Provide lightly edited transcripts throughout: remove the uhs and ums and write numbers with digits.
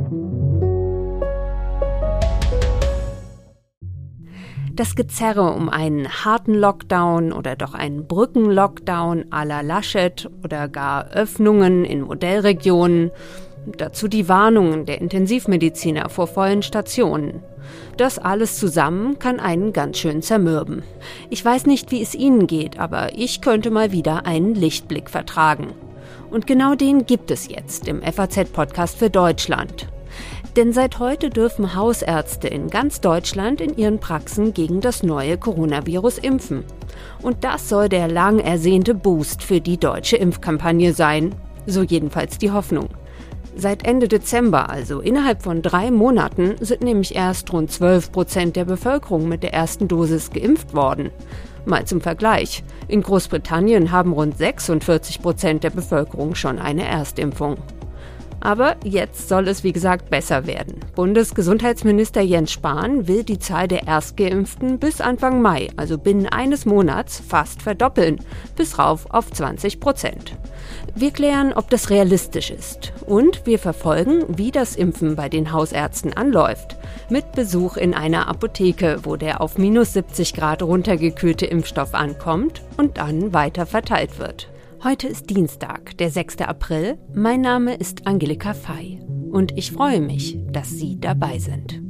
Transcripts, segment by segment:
Das Gezerre um einen harten Lockdown oder doch einen Brückenlockdown à la Laschet oder gar Öffnungen in Modellregionen, dazu die Warnungen der Intensivmediziner vor vollen Stationen. Das alles zusammen kann einen ganz schön zermürben. Ich weiß nicht, wie es Ihnen geht, aber ich könnte mal wieder einen Lichtblick vertragen. Und genau den gibt es jetzt im FAZ-Podcast für Deutschland. Denn seit heute dürfen Hausärzte in ganz Deutschland in ihren Praxen gegen das neue Coronavirus impfen. Und das soll der lang ersehnte Boost für die deutsche Impfkampagne sein. So jedenfalls die Hoffnung. Seit Ende Dezember, also innerhalb von 3 Monaten, sind nämlich erst rund 12% der Bevölkerung mit der ersten Dosis geimpft worden. Mal zum Vergleich. In Großbritannien haben rund 46% der Bevölkerung schon eine Erstimpfung. Aber jetzt soll es, wie gesagt, besser werden. Bundesgesundheitsminister Jens Spahn will die Zahl der Erstgeimpften bis Anfang Mai, also binnen eines Monats, fast verdoppeln, bis rauf auf 20%. Wir klären, ob das realistisch ist. Und wir verfolgen, wie das Impfen bei den Hausärzten anläuft. Mit Besuch in einer Apotheke, wo der auf minus 70 Grad runtergekühlte Impfstoff ankommt und dann weiter verteilt wird. Heute ist Dienstag, der 6. April. Mein Name ist Angelika Fey und ich freue mich, dass Sie dabei sind.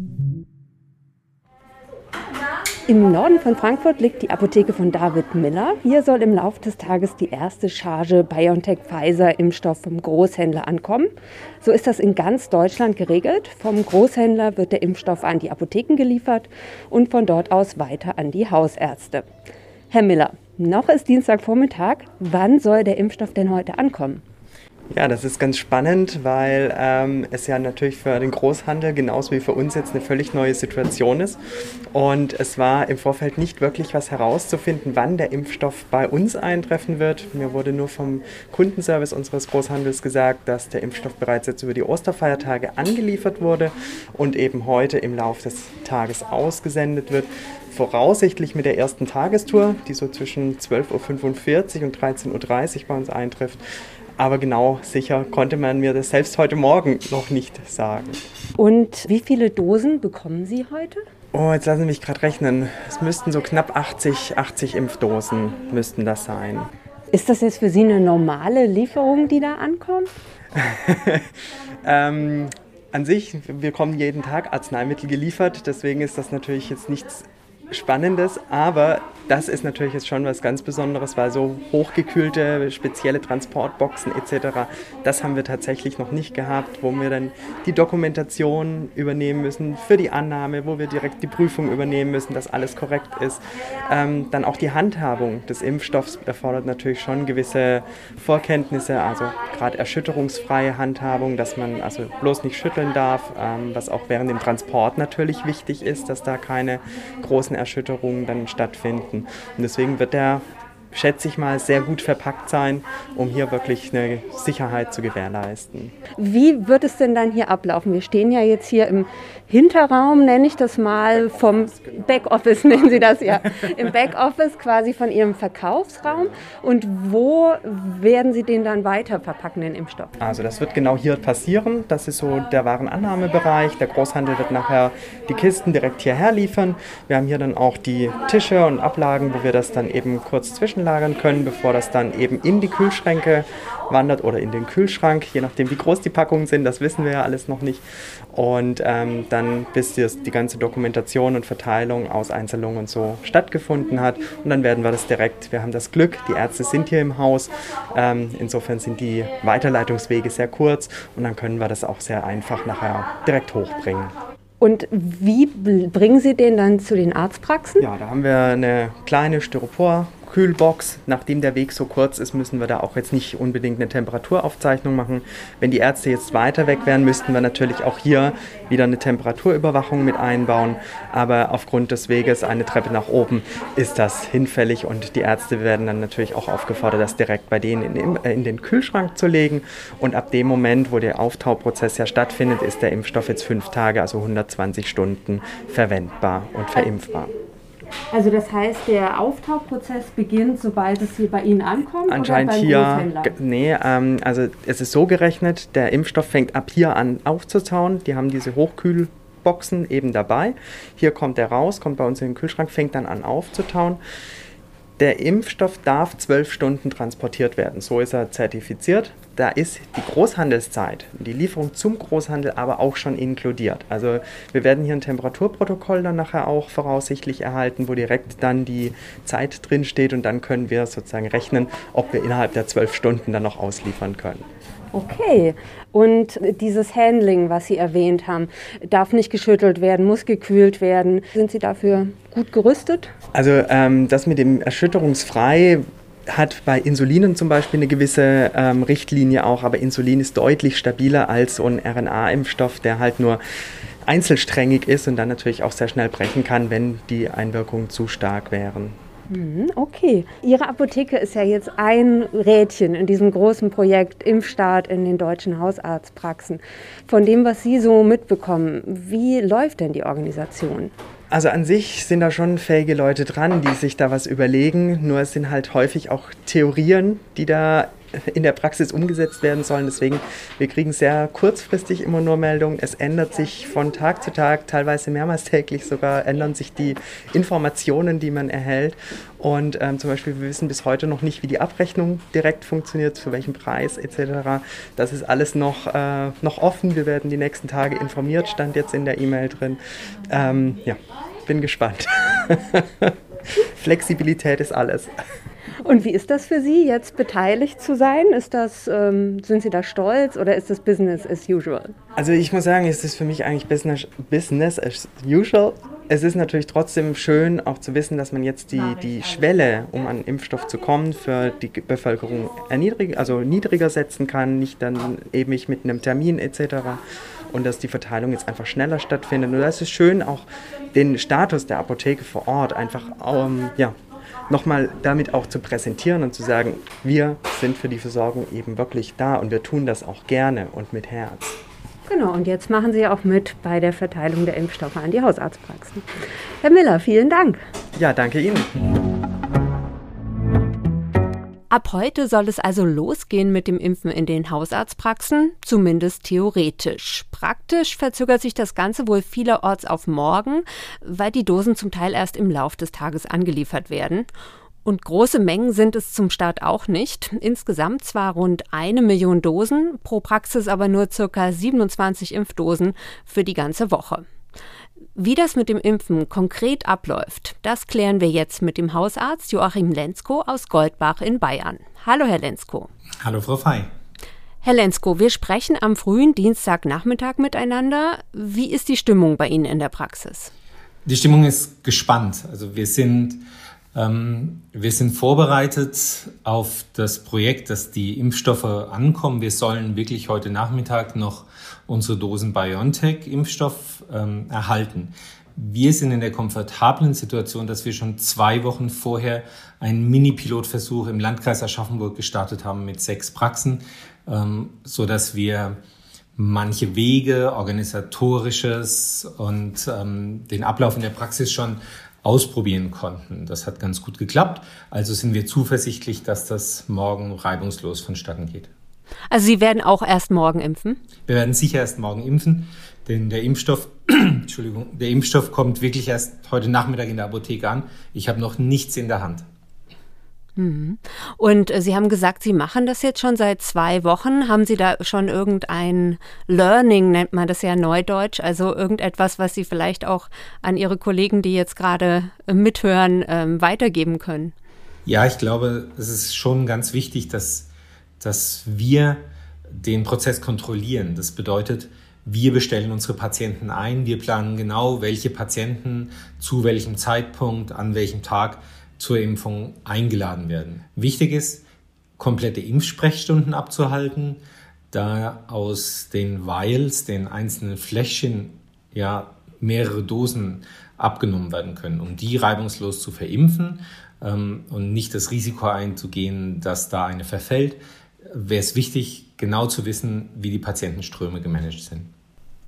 Im Norden von Frankfurt liegt die Apotheke von David Miller. Hier soll im Laufe des Tages die erste Charge BioNTech-Pfizer-Impfstoff vom Großhändler ankommen. So ist das in ganz Deutschland geregelt. Vom Großhändler wird der Impfstoff an die Apotheken geliefert und von dort aus weiter an die Hausärzte. Herr Miller, noch ist Dienstagvormittag. Wann soll der Impfstoff denn heute ankommen? Ja, das ist ganz spannend, weil es ja natürlich für den Großhandel genauso wie für uns jetzt eine völlig neue Situation ist. Und es war im Vorfeld nicht wirklich was herauszufinden, wann der Impfstoff bei uns eintreffen wird. Mir wurde nur vom Kundenservice unseres Großhandels gesagt, dass der Impfstoff bereits jetzt über die Osterfeiertage angeliefert wurde und eben heute im Laufe des Tages ausgesendet wird. Voraussichtlich mit der ersten Tagestour, die so zwischen 12.45 Uhr und 13.30 Uhr bei uns eintrifft. Aber genau sicher konnte man mir das selbst heute Morgen noch nicht sagen. Und wie viele Dosen bekommen Sie heute? Oh, jetzt lassen Sie mich gerade rechnen. Es müssten so knapp 80 Impfdosen müssten das sein. Ist das jetzt für Sie eine normale Lieferung, die da ankommt? An sich, wir bekommen jeden Tag Arzneimittel geliefert, deswegen ist das natürlich jetzt nichts Spannendes, aber das ist natürlich jetzt schon was ganz Besonderes, weil so hochgekühlte, spezielle Transportboxen etc., das haben wir tatsächlich noch nicht gehabt, wo wir dann die Dokumentation übernehmen müssen für die Annahme, wo wir direkt die Prüfung übernehmen müssen, dass alles korrekt ist. Dann auch die Handhabung des Impfstoffs erfordert natürlich schon gewisse Vorkenntnisse, also gerade erschütterungsfreie Handhabung, dass man also bloß nicht schütteln darf, was auch während dem Transport natürlich wichtig ist, dass da keine großen Erschütterungen dann stattfinden. Und deswegen wird der, schätze ich mal, sehr gut verpackt sein, um hier wirklich eine Sicherheit zu gewährleisten. Wie wird es denn dann hier ablaufen? Wir stehen ja jetzt hier im Hinterraum, nenne ich das mal, vom Backoffice, nennen Sie das ja, im Backoffice quasi von Ihrem Verkaufsraum. Und wo werden Sie den dann weiter verpacken, den Impfstoff? Also das wird genau hier passieren. Das ist so der Warenannahmebereich. Der Großhandel wird nachher die Kisten direkt hierher liefern. Wir haben hier dann auch die Tische und Ablagen, wo wir das dann eben kurz zwischenlagern können, bevor das dann eben in die Kühlschränke wandert oder in den Kühlschrank, je nachdem wie groß die Packungen sind, das wissen wir ja alles noch nicht. Und dann bis die ganze Dokumentation und Verteilung, Auseinzelung und so stattgefunden hat. Und dann werden wir das direkt, wir haben das Glück, die Ärzte sind hier im Haus, insofern sind die Weiterleitungswege sehr kurz und dann können wir das auch sehr einfach nachher direkt hochbringen. Und wie bringen Sie den dann zu den Arztpraxen? Ja, da haben wir eine kleine Styropor-Kühlbox. Nachdem der Weg so kurz ist, müssen wir da auch jetzt nicht unbedingt eine Temperaturaufzeichnung machen. Wenn die Ärzte jetzt weiter weg wären, müssten wir natürlich auch hier wieder eine Temperaturüberwachung mit einbauen. Aber aufgrund des Weges, eine Treppe nach oben, ist das hinfällig und die Ärzte werden dann natürlich auch aufgefordert, das direkt bei denen in den Kühlschrank zu legen. Und ab dem Moment, wo der Auftauprozess ja stattfindet, ist der Impfstoff jetzt 5 Tage, also 120 Stunden verwendbar und verimpfbar. Also das heißt, der Auftauprozess beginnt, sobald es hier bei Ihnen ankommt? Anscheinend oder hier, also es ist so gerechnet, der Impfstoff fängt ab hier an aufzutauen. Die haben diese Hochkühlboxen eben dabei. Hier kommt er raus, kommt bei uns in den Kühlschrank, fängt dann an aufzutauen. Der Impfstoff darf 12 Stunden transportiert werden, so ist er zertifiziert. Da ist die Großhandelszeit, die Lieferung zum Großhandel aber auch schon inkludiert. Also wir werden hier ein Temperaturprotokoll dann nachher auch voraussichtlich erhalten, wo direkt dann die Zeit drin steht und dann können wir sozusagen rechnen, ob wir innerhalb der 12 Stunden dann noch ausliefern können. Okay, und dieses Handling, was Sie erwähnt haben, darf nicht geschüttelt werden, muss gekühlt werden. Sind Sie dafür gut gerüstet? Also das mit dem erschütterungsfrei hat bei Insulinen zum Beispiel eine gewisse Richtlinie auch, aber Insulin ist deutlich stabiler als so ein RNA-Impfstoff, der halt nur einzelsträngig ist und dann natürlich auch sehr schnell brechen kann, wenn die Einwirkungen zu stark wären. Okay. Ihre Apotheke ist ja jetzt ein Rädchen in diesem großen Projekt Impfstart in den deutschen Hausarztpraxen. Von dem, was Sie so mitbekommen, wie läuft denn die Organisation? Also an sich sind da schon fähige Leute dran, die sich da was überlegen. Nur es sind halt häufig auch Theorien, die da in der Praxis umgesetzt werden sollen. Deswegen, wir kriegen sehr kurzfristig immer nur Meldungen. Es ändert sich von Tag zu Tag, teilweise mehrmals täglich sogar, ändern sich die Informationen, die man erhält. Und zum Beispiel, wir wissen bis heute noch nicht, wie die Abrechnung direkt funktioniert, für welchen Preis etc. Das ist alles noch offen. Wir werden die nächsten Tage informiert, stand jetzt in der E-Mail drin. Bin gespannt. Flexibilität ist alles. Und wie ist das für Sie, jetzt beteiligt zu sein? Sind Sie da stolz oder ist das Business as usual? Also ich muss sagen, es ist für mich eigentlich Business as usual. Es ist natürlich trotzdem schön, auch zu wissen, dass man jetzt die Schwelle, um an Impfstoff zu kommen, für die Bevölkerung niedriger setzen kann, nicht dann ewig mit einem Termin etc. Und dass die Verteilung jetzt einfach schneller stattfindet. Und das ist schön, auch den Status der Apotheke vor Ort einfach nochmal damit auch zu präsentieren und zu sagen, wir sind für die Versorgung eben wirklich da und wir tun das auch gerne und mit Herz. Genau, und jetzt machen Sie auch mit bei der Verteilung der Impfstoffe an die Hausarztpraxen. Herr Miller, vielen Dank. Ja, danke Ihnen. Ab heute soll es also losgehen mit dem Impfen in den Hausarztpraxen, zumindest theoretisch. Praktisch verzögert sich das Ganze wohl vielerorts auf morgen, weil die Dosen zum Teil erst im Lauf des Tages angeliefert werden. Und große Mengen sind es zum Start auch nicht. Insgesamt zwar rund 1 Million Dosen, pro Praxis aber nur ca. 27 Impfdosen für die ganze Woche. Wie das mit dem Impfen konkret abläuft, das klären wir jetzt mit dem Hausarzt Joachim Lenzko aus Goldbach in Bayern. Hallo, Herr Lenzko. Hallo, Frau Fey. Herr Lenzko, wir sprechen am frühen Dienstagnachmittag miteinander. Wie ist die Stimmung bei Ihnen in der Praxis? Die Stimmung ist gespannt. Also wir sind vorbereitet auf das Projekt, dass die Impfstoffe ankommen. Wir sollen wirklich heute Nachmittag noch unsere Dosen BioNTech-Impfstoff erhalten. Wir sind in der komfortablen Situation, dass wir schon 2 Wochen vorher einen Mini-Pilotversuch im Landkreis Aschaffenburg gestartet haben mit 6 Praxen, sodass wir manche Wege, organisatorisches und den Ablauf in der Praxis schon ausprobieren konnten. Das hat ganz gut geklappt. Also sind wir zuversichtlich, dass das morgen reibungslos vonstatten geht. Also Sie werden auch erst morgen impfen? Wir werden sicher erst morgen impfen, denn der Impfstoff kommt wirklich erst heute Nachmittag in der Apotheke an. Ich habe noch nichts in der Hand. Und Sie haben gesagt, Sie machen das jetzt schon seit 2 Wochen. Haben Sie da schon irgendein Learning, nennt man das ja neudeutsch, also irgendetwas, was Sie vielleicht auch an Ihre Kollegen, die jetzt gerade mithören, weitergeben können? Ja, ich glaube, es ist schon ganz wichtig, dass wir den Prozess kontrollieren. Das bedeutet, wir bestellen unsere Patienten ein, wir planen genau, welche Patienten zu welchem Zeitpunkt, an welchem Tag zur Impfung eingeladen werden. Wichtig ist, komplette Impfsprechstunden abzuhalten, da aus den Vials, den einzelnen Fläschchen, mehrere Dosen abgenommen werden können, um die reibungslos zu verimpfen und nicht das Risiko einzugehen, dass da eine verfällt, wäre es wichtig, genau zu wissen, wie die Patientenströme gemanagt sind.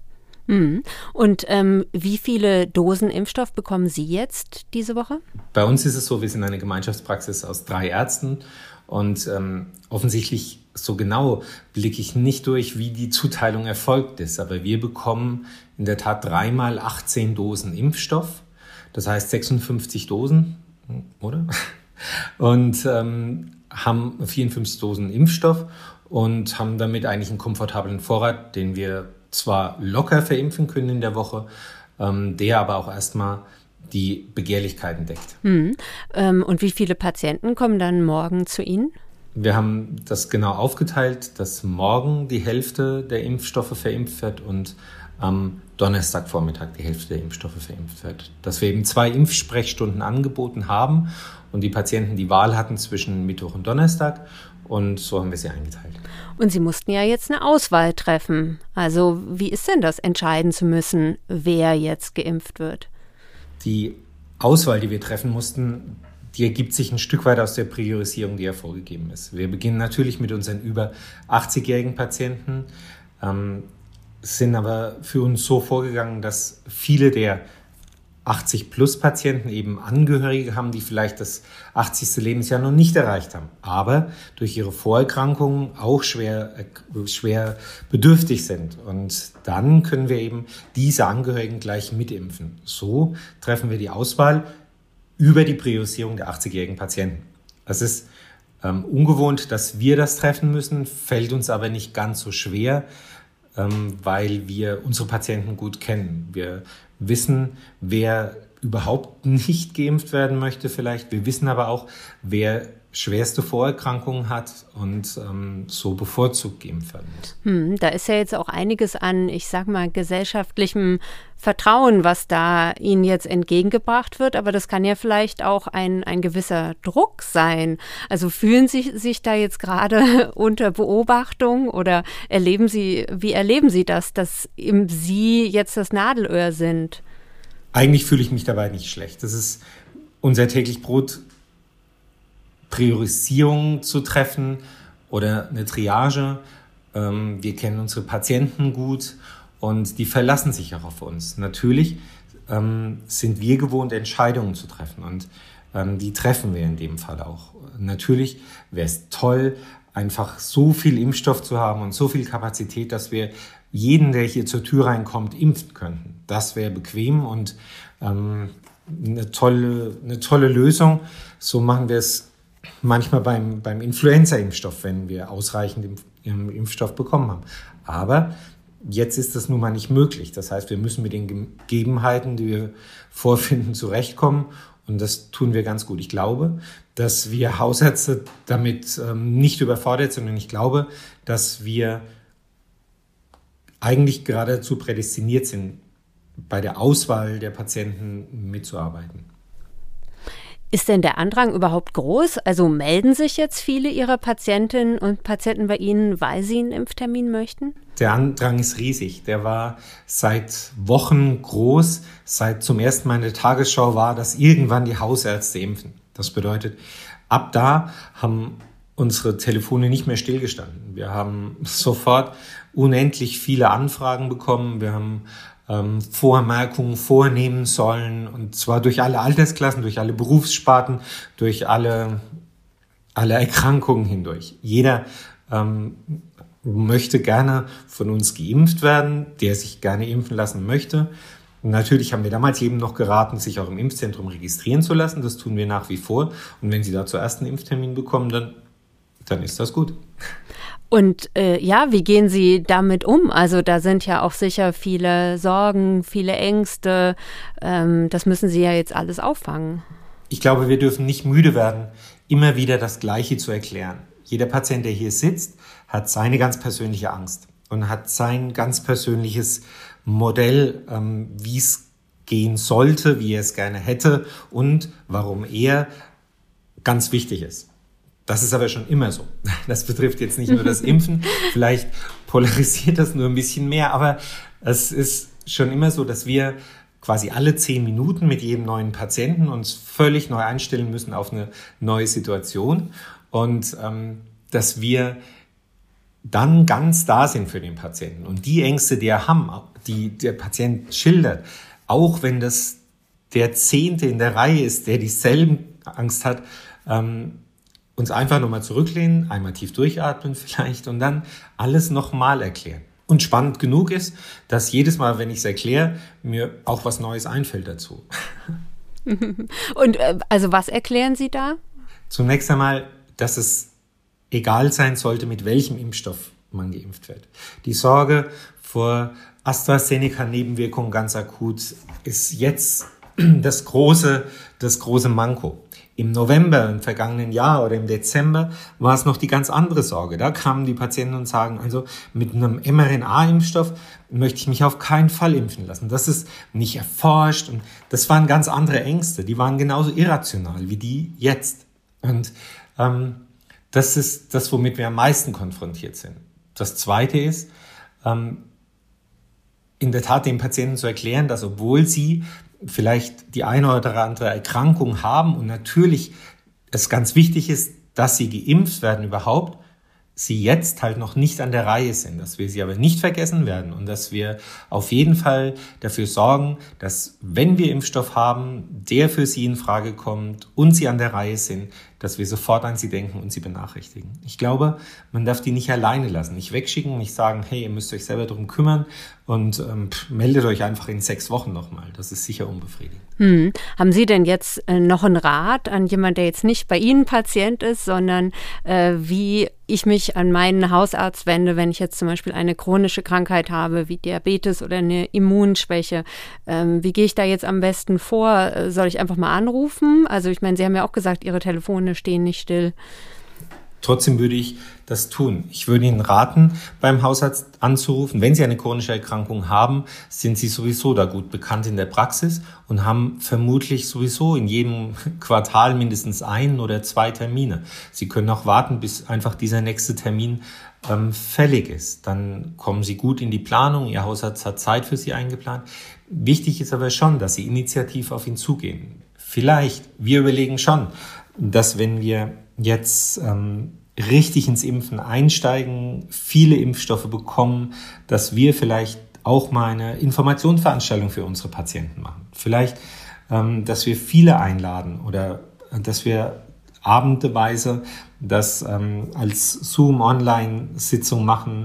Und wie viele Dosen Impfstoff bekommen Sie jetzt diese Woche? Bei uns ist es so, wir sind eine Gemeinschaftspraxis aus 3 Ärzten und offensichtlich so genau blicke ich nicht durch, wie die Zuteilung erfolgt ist. Aber wir bekommen in der Tat 3 mal 18 Dosen Impfstoff, das heißt 56 Dosen, oder? Und haben 54 Dosen Impfstoff und haben damit eigentlich einen komfortablen Vorrat, den wir zwar locker verimpfen können in der Woche, der aber auch erstmal die Begehrlichkeiten deckt. Und wie viele Patienten kommen dann morgen zu Ihnen? Wir haben das genau aufgeteilt, dass morgen die Hälfte der Impfstoffe verimpft wird und am Donnerstagvormittag die Hälfte der Impfstoffe verimpft wird. Dass wir eben 2 Impfsprechstunden angeboten haben und die Patienten die Wahl hatten zwischen Mittwoch und Donnerstag und so haben wir sie eingeteilt. Und Sie mussten ja jetzt eine Auswahl treffen. Also wie ist denn das, entscheiden zu müssen, wer jetzt geimpft wird? Die Auswahl, die wir treffen mussten, die ergibt sich ein Stück weit aus der Priorisierung, die ja vorgegeben ist. Wir beginnen natürlich mit unseren über 80-jährigen Patienten, sind aber für uns so vorgegangen, dass viele der 80-plus-Patienten eben Angehörige haben, die vielleicht das 80. Lebensjahr noch nicht erreicht haben, aber durch ihre Vorerkrankungen auch schwer bedürftig sind. Und dann können wir eben diese Angehörigen gleich mitimpfen. So treffen wir die Auswahl über die Priorisierung der 80-jährigen Patienten. Das ist ungewohnt, dass wir das treffen müssen, fällt uns aber nicht ganz so schwer, weil wir unsere Patienten gut kennen. Wir wissen, wer überhaupt nicht geimpft werden möchte vielleicht. Wir wissen aber auch, wer schwerste Vorerkrankungen hat und so bevorzugt geimpft werden muss. Da ist ja jetzt auch einiges an, ich sag mal, gesellschaftlichem Vertrauen, was da Ihnen jetzt entgegengebracht wird. Aber das kann ja vielleicht auch ein gewisser Druck sein. Also fühlen Sie sich da jetzt gerade unter Beobachtung oder wie erleben Sie das, dass eben Sie jetzt das Nadelöhr sind? Eigentlich fühle ich mich dabei nicht schlecht. Das ist unser täglich Brot, Priorisierung zu treffen oder eine Triage. Wir kennen unsere Patienten gut und die verlassen sich auch auf uns. Natürlich sind wir gewohnt, Entscheidungen zu treffen und die treffen wir in dem Fall auch. Natürlich wäre es toll, einfach so viel Impfstoff zu haben und so viel Kapazität, dass wir jeden, der hier zur Tür reinkommt, impfen könnten. Das wäre bequem und eine tolle Lösung. So machen wir es manchmal beim Influenza-Impfstoff, wenn wir ausreichend Impfstoff bekommen haben. Aber jetzt ist das nun mal nicht möglich. Das heißt, wir müssen mit den Gegebenheiten, die wir vorfinden, zurechtkommen. Und das tun wir ganz gut. Ich glaube, dass wir Hausärzte damit nicht überfordert sind. Und ich glaube, dass wir eigentlich geradezu prädestiniert sind, bei der Auswahl der Patienten mitzuarbeiten. Ist denn der Andrang überhaupt groß? Also melden sich jetzt viele Ihrer Patientinnen und Patienten bei Ihnen, weil sie einen Impftermin möchten? Der Andrang ist riesig. Der war seit Wochen groß. Seit zum ersten Mal in der Tagesschau war, dass irgendwann die Hausärzte impfen. Das bedeutet, ab da haben unsere Telefone nicht mehr stillgestanden. Wir haben sofort unendlich viele Anfragen bekommen. Wir haben Vormerkungen vornehmen sollen, und zwar durch alle Altersklassen, durch alle Berufssparten, durch alle Erkrankungen hindurch. Jeder möchte gerne von uns geimpft werden, der sich gerne impfen lassen möchte. Und natürlich haben wir damals jedem noch geraten, sich auch im Impfzentrum registrieren zu lassen. Das tun wir nach wie vor. Und wenn Sie da zuerst einen Impftermin bekommen, dann ist das gut. Und wie gehen Sie damit um? Also da sind ja auch sicher viele Sorgen, viele Ängste. Das müssen Sie ja jetzt alles auffangen. Ich glaube, wir dürfen nicht müde werden, immer wieder das Gleiche zu erklären. Jeder Patient, der hier sitzt, hat seine ganz persönliche Angst und hat sein ganz persönliches Modell, wie es gehen sollte, wie er es gerne hätte und warum er ganz wichtig ist. Das ist aber schon immer so. Das betrifft jetzt nicht nur das Impfen. Vielleicht polarisiert das nur ein bisschen mehr, aber es ist schon immer so, dass wir quasi alle 10 Minuten mit jedem neuen Patienten uns völlig neu einstellen müssen auf eine neue Situation und dass wir dann ganz da sind für den Patienten. Und die Ängste, die die der Patient schildert, auch wenn das der 10. in der Reihe ist, der dieselben Angst hat, uns einfach nochmal zurücklehnen, einmal tief durchatmen vielleicht und dann alles nochmal erklären. Und spannend genug ist, dass jedes Mal, wenn ich es erkläre, mir auch was Neues einfällt dazu. Und also was erklären Sie da? Zunächst einmal, dass es egal sein sollte, mit welchem Impfstoff man geimpft wird. Die Sorge vor AstraZeneca-Nebenwirkungen ganz akut ist jetzt das große Manko. Im November im vergangenen Jahr oder im Dezember war es noch die ganz andere Sorge. Da kamen die Patienten und sagen, also mit einem mRNA-Impfstoff möchte ich mich auf keinen Fall impfen lassen. Das ist nicht erforscht und das waren ganz andere Ängste. Die waren genauso irrational wie die jetzt. Und das ist das, womit wir am meisten konfrontiert sind. Das Zweite ist, in der Tat den Patienten zu erklären, dass obwohl sie vielleicht die eine oder andere Erkrankung haben und natürlich es ganz wichtig ist, dass sie geimpft werden überhaupt, sie jetzt halt noch nicht an der Reihe sind, dass wir sie aber nicht vergessen werden und dass wir auf jeden Fall dafür sorgen, dass wenn wir Impfstoff haben, der für sie in Frage kommt und sie an der Reihe sind, dass wir sofort an sie denken und sie benachrichtigen. Ich glaube, man darf die nicht alleine lassen, nicht wegschicken, nicht sagen, hey, ihr müsst euch selber darum kümmern und meldet euch einfach in 6 Wochen nochmal. Das ist sicher unbefriedigend. Haben Sie denn jetzt noch einen Rat an jemanden, der jetzt nicht bei Ihnen Patient ist, sondern wie ich mich an meinen Hausarzt wende, wenn ich jetzt zum Beispiel eine chronische Krankheit habe, wie Diabetes oder eine Immunschwäche? Wie gehe ich da jetzt am besten vor? Soll ich einfach mal anrufen? Also ich meine, Sie haben ja auch gesagt, Ihre Telefone stehen nicht still. Trotzdem würde ich das tun. Ich würde Ihnen raten, beim Hausarzt anzurufen. Wenn Sie eine chronische Erkrankung haben, sind Sie sowieso da gut bekannt in der Praxis und haben vermutlich sowieso in jedem Quartal mindestens 1 oder 2 Termine. Sie können auch warten, bis einfach dieser nächste Termin fällig ist. Dann kommen Sie gut in die Planung. Ihr Hausarzt hat Zeit für Sie eingeplant. Wichtig ist aber schon, dass Sie initiativ auf ihn zugehen. Vielleicht, wir überlegen schon, dass wenn wir jetzt richtig ins Impfen einsteigen, viele Impfstoffe bekommen, dass wir vielleicht auch mal eine Informationsveranstaltung für unsere Patienten machen. Vielleicht, dass wir viele einladen oder dass wir abendeweise das als Zoom-Online-Sitzung machen,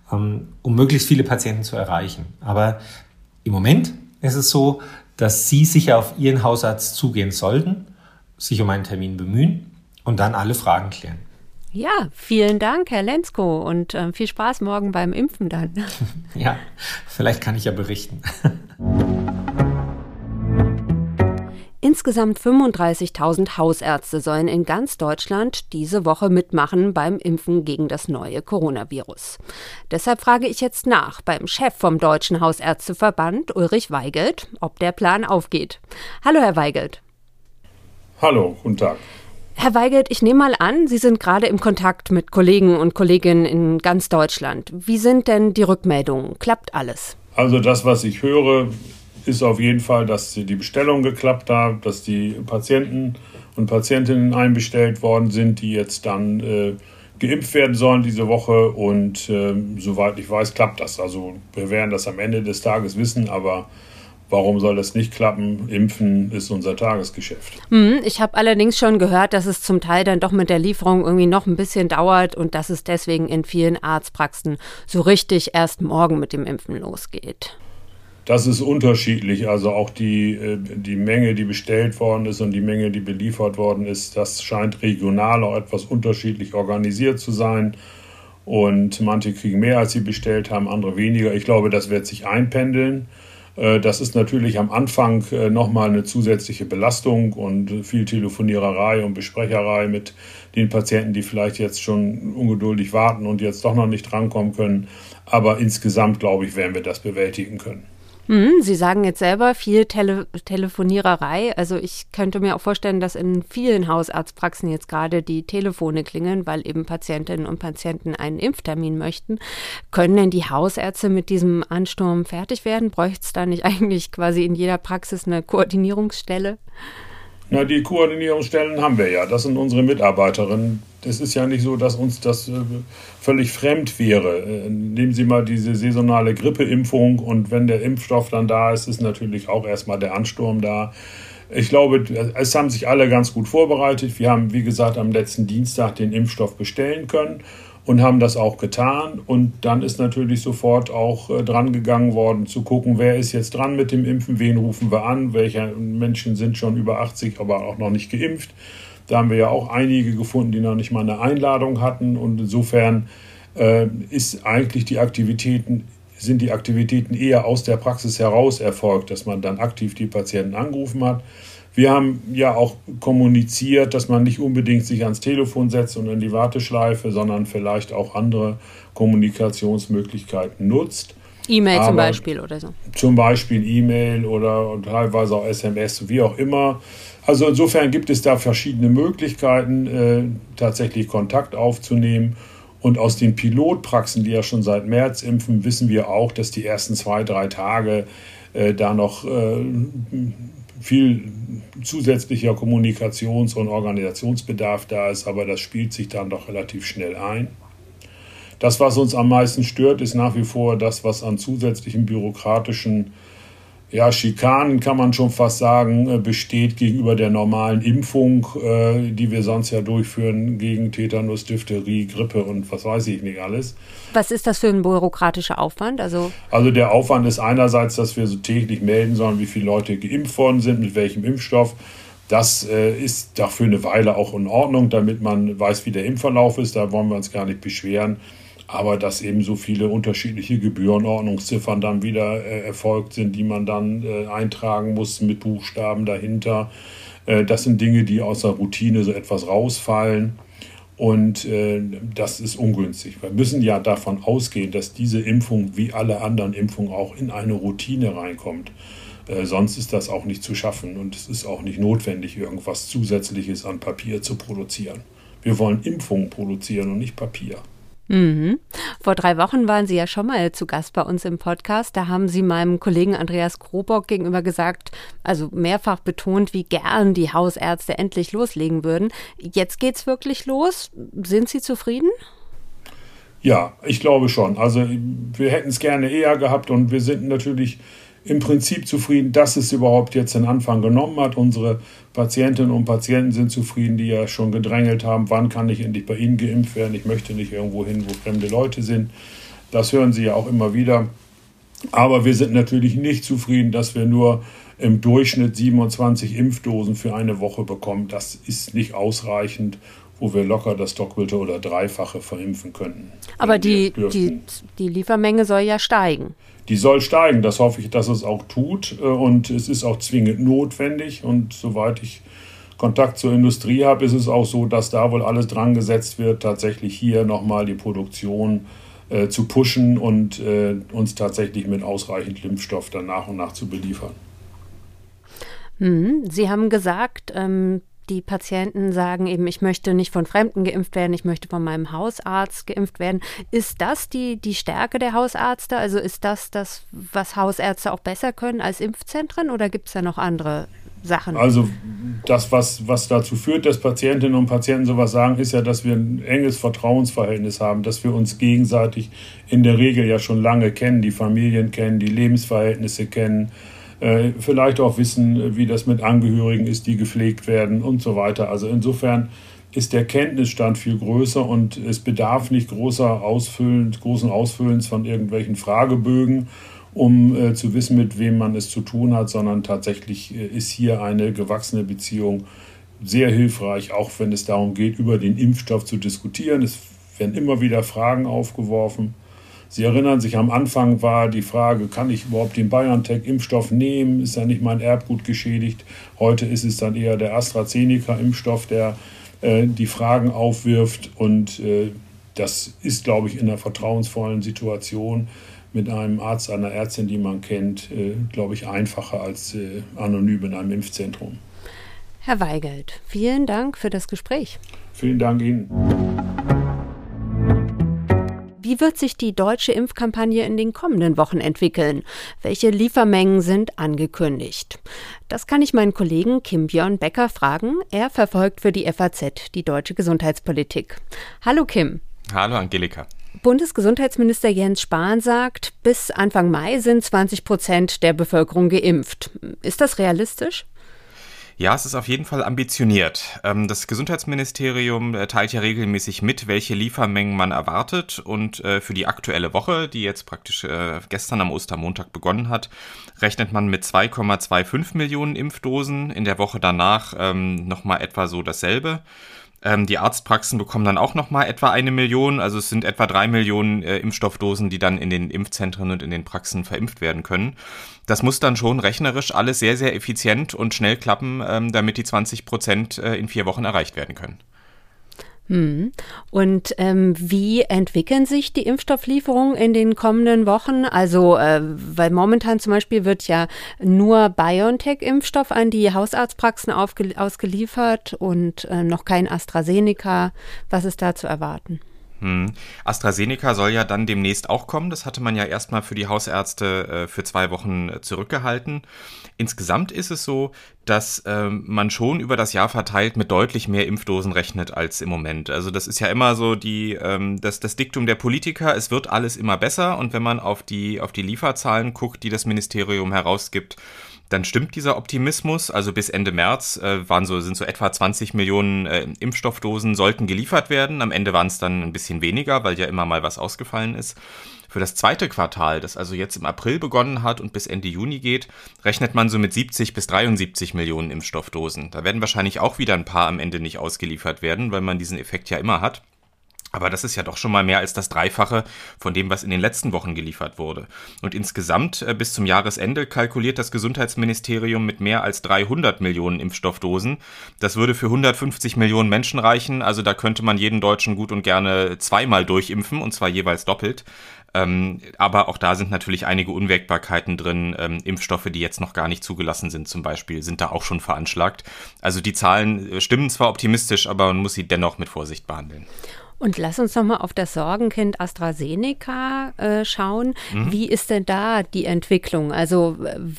um möglichst viele Patienten zu erreichen. Aber im Moment ist es so, dass Sie sicher auf Ihren Hausarzt zugehen sollten, sich um einen Termin bemühen und dann alle Fragen klären. Ja, vielen Dank, Herr Lenzko, und viel Spaß morgen beim Impfen dann. Ja, vielleicht kann ich ja berichten. Insgesamt 35.000 Hausärzte sollen in ganz Deutschland diese Woche mitmachen beim Impfen gegen das neue Coronavirus. Deshalb frage ich jetzt nach beim Chef vom Deutschen Hausärzteverband, Ulrich Weigelt, ob der Plan aufgeht. Hallo, Herr Weigelt. Hallo, guten Tag. Herr Weigelt, ich nehme mal an, Sie sind gerade im Kontakt mit Kollegen und Kolleginnen in ganz Deutschland. Wie sind denn die Rückmeldungen? Klappt alles? Also das, was ich höre, ist auf jeden Fall, dass die Bestellung geklappt hat, dass die Patienten und Patientinnen einbestellt worden sind, die jetzt dann geimpft werden sollen diese Woche. Und soweit ich weiß, klappt das. Also wir werden das am Ende des Tages wissen, aber warum soll das nicht klappen? Impfen ist unser Tagesgeschäft. Ich habe allerdings schon gehört, dass es zum Teil dann doch mit der Lieferung irgendwie noch ein bisschen dauert und dass es deswegen in vielen Arztpraxen so richtig erst morgen mit dem Impfen losgeht. Das ist unterschiedlich. Also auch die Menge, die bestellt worden ist und die Menge, die beliefert worden ist, das scheint regional auch etwas unterschiedlich organisiert zu sein. Und manche kriegen mehr, als sie bestellt haben, andere weniger. Ich glaube, das wird sich einpendeln. Das ist natürlich am Anfang nochmal eine zusätzliche Belastung und viel Telefoniererei und Besprecherei mit den Patienten, die vielleicht jetzt schon ungeduldig warten und jetzt doch noch nicht drankommen können. Aber insgesamt, glaube ich, werden wir das bewältigen können. Sie sagen jetzt selber viel Telefoniererei. Also ich könnte mir auch vorstellen, dass in vielen Hausarztpraxen jetzt gerade die Telefone klingeln, weil eben Patientinnen und Patienten einen Impftermin möchten. Können denn die Hausärzte mit diesem Ansturm fertig werden? Bräuchte es da nicht eigentlich quasi in jeder Praxis eine Koordinierungsstelle? Na, die Koordinierungsstellen haben wir ja. Das sind unsere Mitarbeiterinnen, das ist ja nicht so, dass uns das völlig fremd wäre. Nehmen Sie mal diese saisonale Grippeimpfung und wenn der Impfstoff dann da ist, ist natürlich auch erstmal der Ansturm da. Ich glaube, es haben sich alle ganz gut vorbereitet. Wir haben, wie gesagt, am letzten Dienstag den Impfstoff bestellen können und haben das auch getan. Und dann ist natürlich sofort auch dran gegangen worden, zu gucken, wer ist jetzt dran mit dem Impfen, wen rufen wir an, welche Menschen sind schon über 80, aber auch noch nicht geimpft. Da haben wir ja auch einige gefunden, die noch nicht mal eine Einladung hatten. Und insofern sind die Aktivitäten eher aus der Praxis heraus erfolgt, dass man dann aktiv die Patienten angerufen hat. Wir haben ja auch kommuniziert, dass man nicht unbedingt sich ans Telefon setzt und in die Warteschleife, sondern vielleicht auch andere Kommunikationsmöglichkeiten nutzt. E-Mail zum Beispiel oder so. Zum Beispiel E-Mail oder teilweise auch SMS, wie auch immer. Also insofern gibt es da verschiedene Möglichkeiten, tatsächlich Kontakt aufzunehmen. Und aus den Pilotpraxen, die ja schon seit März impfen, wissen wir auch, dass die ersten 2-3 Tage da noch viel zusätzlicher Kommunikations- und Organisationsbedarf da ist. Aber das spielt sich dann doch relativ schnell ein. Das, was uns am meisten stört, ist nach wie vor das, was an zusätzlichen bürokratischen Schikanen, kann man schon fast sagen, besteht gegenüber der normalen Impfung, die wir sonst ja durchführen gegen Tetanus, Diphtherie, Grippe und was weiß ich nicht alles. Was ist das für ein bürokratischer Aufwand? Also der Aufwand ist einerseits, dass wir so täglich melden sollen, wie viele Leute geimpft worden sind, mit welchem Impfstoff. Das ist doch für eine Weile auch in Ordnung, damit man weiß, wie der Impfverlauf ist. Da wollen wir uns gar nicht beschweren. Aber dass eben so viele unterschiedliche Gebührenordnungsziffern dann wieder erfolgt sind, die man dann eintragen muss mit Buchstaben dahinter. Das sind Dinge, die aus der Routine so etwas rausfallen. Und das ist ungünstig. Wir müssen ja davon ausgehen, dass diese Impfung wie alle anderen Impfungen auch in eine Routine reinkommt. Sonst ist das auch nicht zu schaffen und es ist auch nicht notwendig, irgendwas Zusätzliches an Papier zu produzieren. Wir wollen Impfungen produzieren und nicht Papier. Mhm. Vor 3 Wochen waren Sie ja schon mal zu Gast bei uns im Podcast. Da haben Sie meinem Kollegen Andreas Krobock gegenüber gesagt, also mehrfach betont, wie gern die Hausärzte endlich loslegen würden. Jetzt geht's wirklich los. Sind Sie zufrieden? Ja, ich glaube schon. Also wir hätten es gerne eher gehabt und wir sind natürlich im Prinzip zufrieden, dass es überhaupt jetzt den Anfang genommen hat. Unsere Patientinnen und Patienten sind zufrieden, die ja schon gedrängelt haben, wann kann ich endlich bei Ihnen geimpft werden? Ich möchte nicht irgendwo hin, wo fremde Leute sind. Das hören Sie ja auch immer wieder. Aber wir sind natürlich nicht zufrieden, dass wir nur im Durchschnitt 27 Impfdosen für eine Woche bekommen. Das ist nicht ausreichend, wo wir locker das Doppelte oder Dreifache verimpfen könnten. Aber die Liefermenge soll ja steigen. Die soll steigen, das hoffe ich, dass es auch tut und es ist auch zwingend notwendig und soweit ich Kontakt zur Industrie habe, ist es auch so, dass da wohl alles dran gesetzt wird, tatsächlich hier nochmal die Produktion zu pushen und uns tatsächlich mit ausreichend Impfstoff dann nach und nach zu beliefern. Sie haben gesagt, die Patienten sagen eben, ich möchte nicht von Fremden geimpft werden, ich möchte von meinem Hausarzt geimpft werden. Ist das die Stärke der Hausärzte? Also ist das, was Hausärzte auch besser können als Impfzentren oder gibt es da noch andere Sachen? Also das, was dazu führt, dass Patientinnen und Patienten sowas sagen, ist ja, dass wir ein enges Vertrauensverhältnis haben, dass wir uns gegenseitig in der Regel ja schon lange kennen, die Familien kennen, die Lebensverhältnisse kennen, vielleicht auch wissen, wie das mit Angehörigen ist, die gepflegt werden und so weiter. Also insofern ist der Kenntnisstand viel größer und es bedarf nicht großen Ausfüllens von irgendwelchen Fragebögen, um zu wissen, mit wem man es zu tun hat, sondern tatsächlich ist hier eine gewachsene Beziehung sehr hilfreich, auch wenn es darum geht, über den Impfstoff zu diskutieren. Es werden immer wieder Fragen aufgeworfen. Sie erinnern sich, am Anfang war die Frage, kann ich überhaupt den BioNTech-Impfstoff nehmen? Ist ja nicht mein Erbgut geschädigt? Heute ist es dann eher der AstraZeneca-Impfstoff, der die Fragen aufwirft. Und das ist, glaube ich, in einer vertrauensvollen Situation mit einem Arzt, einer Ärztin, die man kennt, glaube ich, einfacher als anonym in einem Impfzentrum. Herr Weigelt, vielen Dank für das Gespräch. Vielen Dank Ihnen. wie wird sich die deutsche Impfkampagne in den kommenden Wochen entwickeln? Welche Liefermengen sind angekündigt? Das kann ich meinen Kollegen Kim Björn-Becker fragen. Er verfolgt für die FAZ die deutsche Gesundheitspolitik. Hallo Kim. Hallo Angelika. Bundesgesundheitsminister Jens Spahn sagt, bis Anfang Mai sind 20% der Bevölkerung geimpft. Ist das realistisch? Ja, es ist auf jeden Fall ambitioniert. Das Gesundheitsministerium teilt ja regelmäßig mit, welche Liefermengen man erwartet. Und für die aktuelle Woche, die jetzt praktisch gestern am Ostermontag begonnen hat, rechnet man mit 2,25 Millionen Impfdosen. In der Woche danach nochmal etwa so dasselbe. Die Arztpraxen bekommen dann auch nochmal etwa 1 Million, also es sind etwa 3 Millionen Impfstoffdosen, die dann in den Impfzentren und in den Praxen verimpft werden können. Das muss dann schon rechnerisch alles sehr, sehr effizient und schnell klappen, damit die 20% in 4 Wochen erreicht werden können. Und wie entwickeln sich die Impfstofflieferungen in den kommenden Wochen? Also, weil momentan zum Beispiel wird ja nur BioNTech-Impfstoff an die Hausarztpraxen ausgeliefert und noch kein AstraZeneca. Was ist da zu erwarten? AstraZeneca soll ja dann demnächst auch kommen. Das hatte man ja erstmal für die Hausärzte für 2 Wochen zurückgehalten. Insgesamt ist es so, dass man schon über das Jahr verteilt mit deutlich mehr Impfdosen rechnet als im Moment. Also das ist ja immer so das Diktum der Politiker, es wird alles immer besser. Und wenn man auf die Lieferzahlen guckt, die das Ministerium herausgibt, dann stimmt dieser Optimismus. Also bis Ende März sind so etwa 20 Millionen Impfstoffdosen sollten geliefert werden. Am Ende waren es dann ein bisschen weniger, weil ja immer mal was ausgefallen ist. Für das zweite Quartal, das also jetzt im April begonnen hat und bis Ende Juni geht, rechnet man so mit 70 bis 73 Millionen Impfstoffdosen. Da werden wahrscheinlich auch wieder ein paar am Ende nicht ausgeliefert werden, weil man diesen Effekt ja immer hat. Aber das ist ja doch schon mal mehr als das Dreifache von dem, was in den letzten Wochen geliefert wurde. Und insgesamt bis zum Jahresende kalkuliert das Gesundheitsministerium mit mehr als 300 Millionen Impfstoffdosen. Das würde für 150 Millionen Menschen reichen. Also da könnte man jeden Deutschen gut und gerne 2-mal durchimpfen, und zwar jeweils doppelt. Aber auch da sind natürlich einige Unwägbarkeiten drin. Impfstoffe, die jetzt noch gar nicht zugelassen sind zum Beispiel, sind da auch schon veranschlagt. Also die Zahlen stimmen zwar optimistisch, aber man muss sie dennoch mit Vorsicht behandeln. Und lass uns noch mal auf das Sorgenkind AstraZeneca schauen. Wie ist denn da die Entwicklung? Also,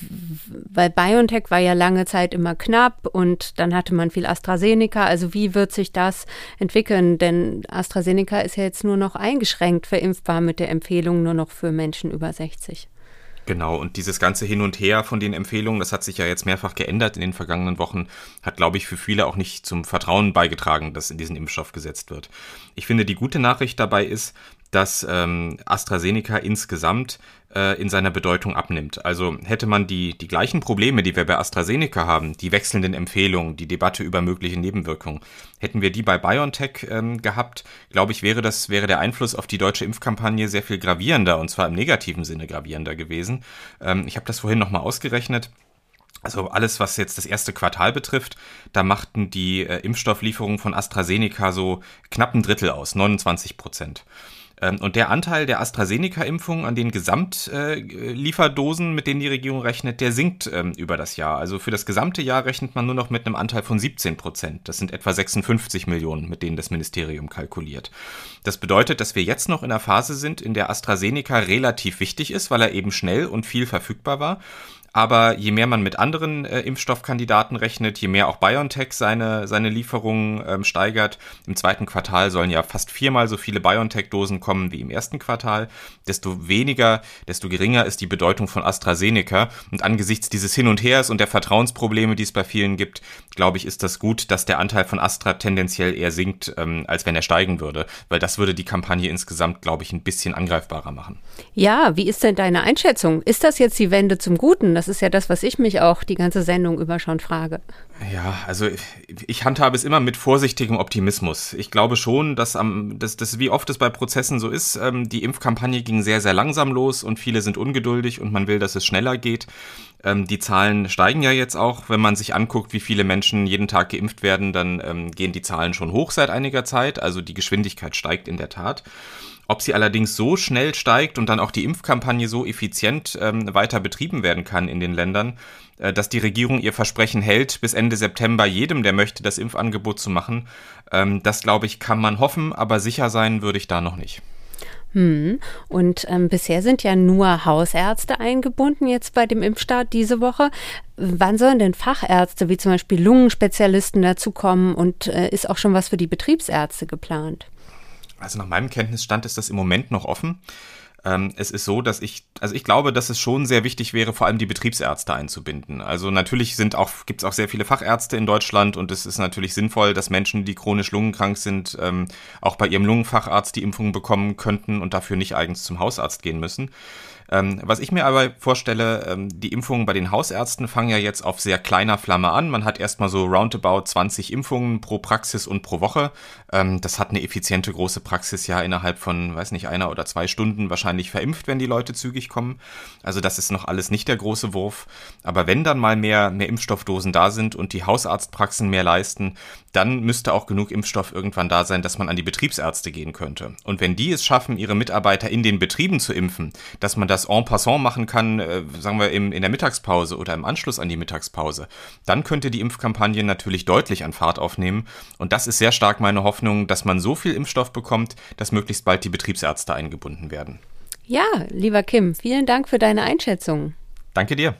weil BioNTech war ja lange Zeit immer knapp und dann hatte man viel AstraZeneca. Also wie wird sich das entwickeln? Denn AstraZeneca ist ja jetzt nur noch eingeschränkt verimpfbar mit der Empfehlung nur noch für Menschen über 60. Genau, und dieses ganze Hin und Her von den Empfehlungen, das hat sich ja jetzt mehrfach geändert in den vergangenen Wochen, hat, glaube ich, für viele auch nicht zum Vertrauen beigetragen, dass in diesen Impfstoff gesetzt wird. Ich finde, die gute Nachricht dabei ist, dass AstraZeneca insgesamt in seiner Bedeutung abnimmt. Also hätte man die gleichen Probleme, die wir bei AstraZeneca haben, die wechselnden Empfehlungen, die Debatte über mögliche Nebenwirkungen, hätten wir die bei BioNTech gehabt, glaube ich, wäre der Einfluss auf die deutsche Impfkampagne sehr viel gravierender, und zwar im negativen Sinne gravierender gewesen. Ich habe das vorhin nochmal ausgerechnet. Also alles, was jetzt das erste Quartal betrifft, da machten die Impfstofflieferungen von AstraZeneca so knapp ein Drittel aus, 29%. Und der Anteil der AstraZeneca-Impfung an den Gesamtlieferdosen, mit denen die Regierung rechnet, der sinkt über das Jahr. Also für das gesamte Jahr rechnet man nur noch mit einem Anteil von 17%. Das sind etwa 56 Millionen, mit denen das Ministerium kalkuliert. Das bedeutet, dass wir jetzt noch in einer Phase sind, in der AstraZeneca relativ wichtig ist, weil er eben schnell und viel verfügbar war. Aber je mehr man mit anderen Impfstoffkandidaten rechnet, je mehr auch BioNTech seine Lieferungen steigert, im zweiten Quartal sollen ja fast 4-mal so viele BioNTech-Dosen kommen wie im ersten Quartal, desto geringer ist die Bedeutung von AstraZeneca. Und angesichts dieses Hin und Hers und der Vertrauensprobleme, die es bei vielen gibt, glaube ich, ist das gut, dass der Anteil von Astra tendenziell eher sinkt, als wenn er steigen würde. Weil das würde die Kampagne insgesamt, glaube ich, ein bisschen angreifbarer machen. Ja, wie ist denn deine Einschätzung? Ist das jetzt die Wende zum Guten? Das ist ja das, was ich mich auch die ganze Sendung über schon frage. Ja, also ich handhabe es immer mit vorsichtigem Optimismus. Ich glaube schon, dass wie oft es bei Prozessen so ist, die Impfkampagne ging sehr, sehr langsam los und viele sind ungeduldig und man will, dass es schneller geht. Die Zahlen steigen ja jetzt auch. Wenn man sich anguckt, wie viele Menschen jeden Tag geimpft werden, dann gehen die Zahlen schon hoch seit einiger Zeit. Also die Geschwindigkeit steigt in der Tat. Ob sie allerdings so schnell steigt und dann auch die Impfkampagne so effizient weiter betrieben werden kann in den Ländern, dass die Regierung ihr Versprechen hält, bis Ende September jedem, der möchte, das Impfangebot zu machen, das, glaube ich, kann man hoffen, aber sicher sein würde ich da noch nicht. Und bisher sind ja nur Hausärzte eingebunden jetzt bei dem Impfstart diese Woche. Wann sollen denn Fachärzte wie zum Beispiel Lungenspezialisten dazukommen und ist auch schon was für die Betriebsärzte geplant? Also nach meinem Kenntnisstand ist das im Moment noch offen. Es ist so, dass ich glaube, dass es schon sehr wichtig wäre, vor allem die Betriebsärzte einzubinden. Also natürlich gibt es auch sehr viele Fachärzte in Deutschland und es ist natürlich sinnvoll, dass Menschen, die chronisch lungenkrank sind, auch bei ihrem Lungenfacharzt die Impfung bekommen könnten und dafür nicht eigens zum Hausarzt gehen müssen. Was ich mir aber vorstelle, die Impfungen bei den Hausärzten fangen ja jetzt auf sehr kleiner Flamme an. Man hat erstmal so roundabout 20 Impfungen pro Praxis und pro Woche. Das hat eine effiziente große Praxis ja innerhalb von, 1 oder 2 Stunden wahrscheinlich verimpft, wenn die Leute zügig kommen. Also das ist noch alles nicht der große Wurf. Aber wenn dann mal mehr Impfstoffdosen da sind und die Hausarztpraxen mehr leisten, dann müsste auch genug Impfstoff irgendwann da sein, dass man an die Betriebsärzte gehen könnte. Und wenn die es schaffen, ihre Mitarbeiter in den Betrieben zu impfen, dass man das en passant machen kann, sagen wir in der Mittagspause oder im Anschluss an die Mittagspause, dann könnte die Impfkampagne natürlich deutlich an Fahrt aufnehmen. Und das ist sehr stark meine Hoffnung, dass man so viel Impfstoff bekommt, dass möglichst bald die Betriebsärzte eingebunden werden. Ja, lieber Kim, vielen Dank für deine Einschätzung. Danke dir.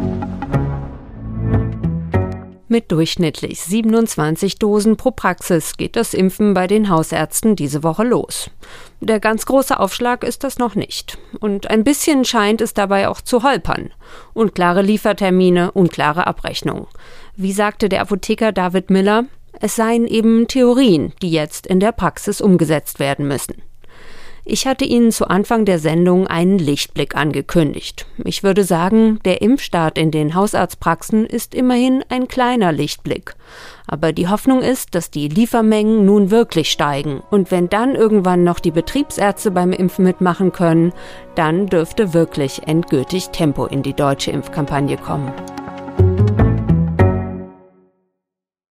Mit durchschnittlich 27 Dosen pro Praxis geht das Impfen bei den Hausärzten diese Woche los. Der ganz große Aufschlag ist das noch nicht. Und ein bisschen scheint es dabei auch zu holpern. Unklare Liefertermine, unklare Abrechnung. Wie sagte der Apotheker David Miller, es seien eben Theorien, die jetzt in der Praxis umgesetzt werden müssen. Ich hatte Ihnen zu Anfang der Sendung einen Lichtblick angekündigt. Ich würde sagen, der Impfstart in den Hausarztpraxen ist immerhin ein kleiner Lichtblick. Aber die Hoffnung ist, dass die Liefermengen nun wirklich steigen. Und wenn dann irgendwann noch die Betriebsärzte beim Impfen mitmachen können, dann dürfte wirklich endgültig Tempo in die deutsche Impfkampagne kommen.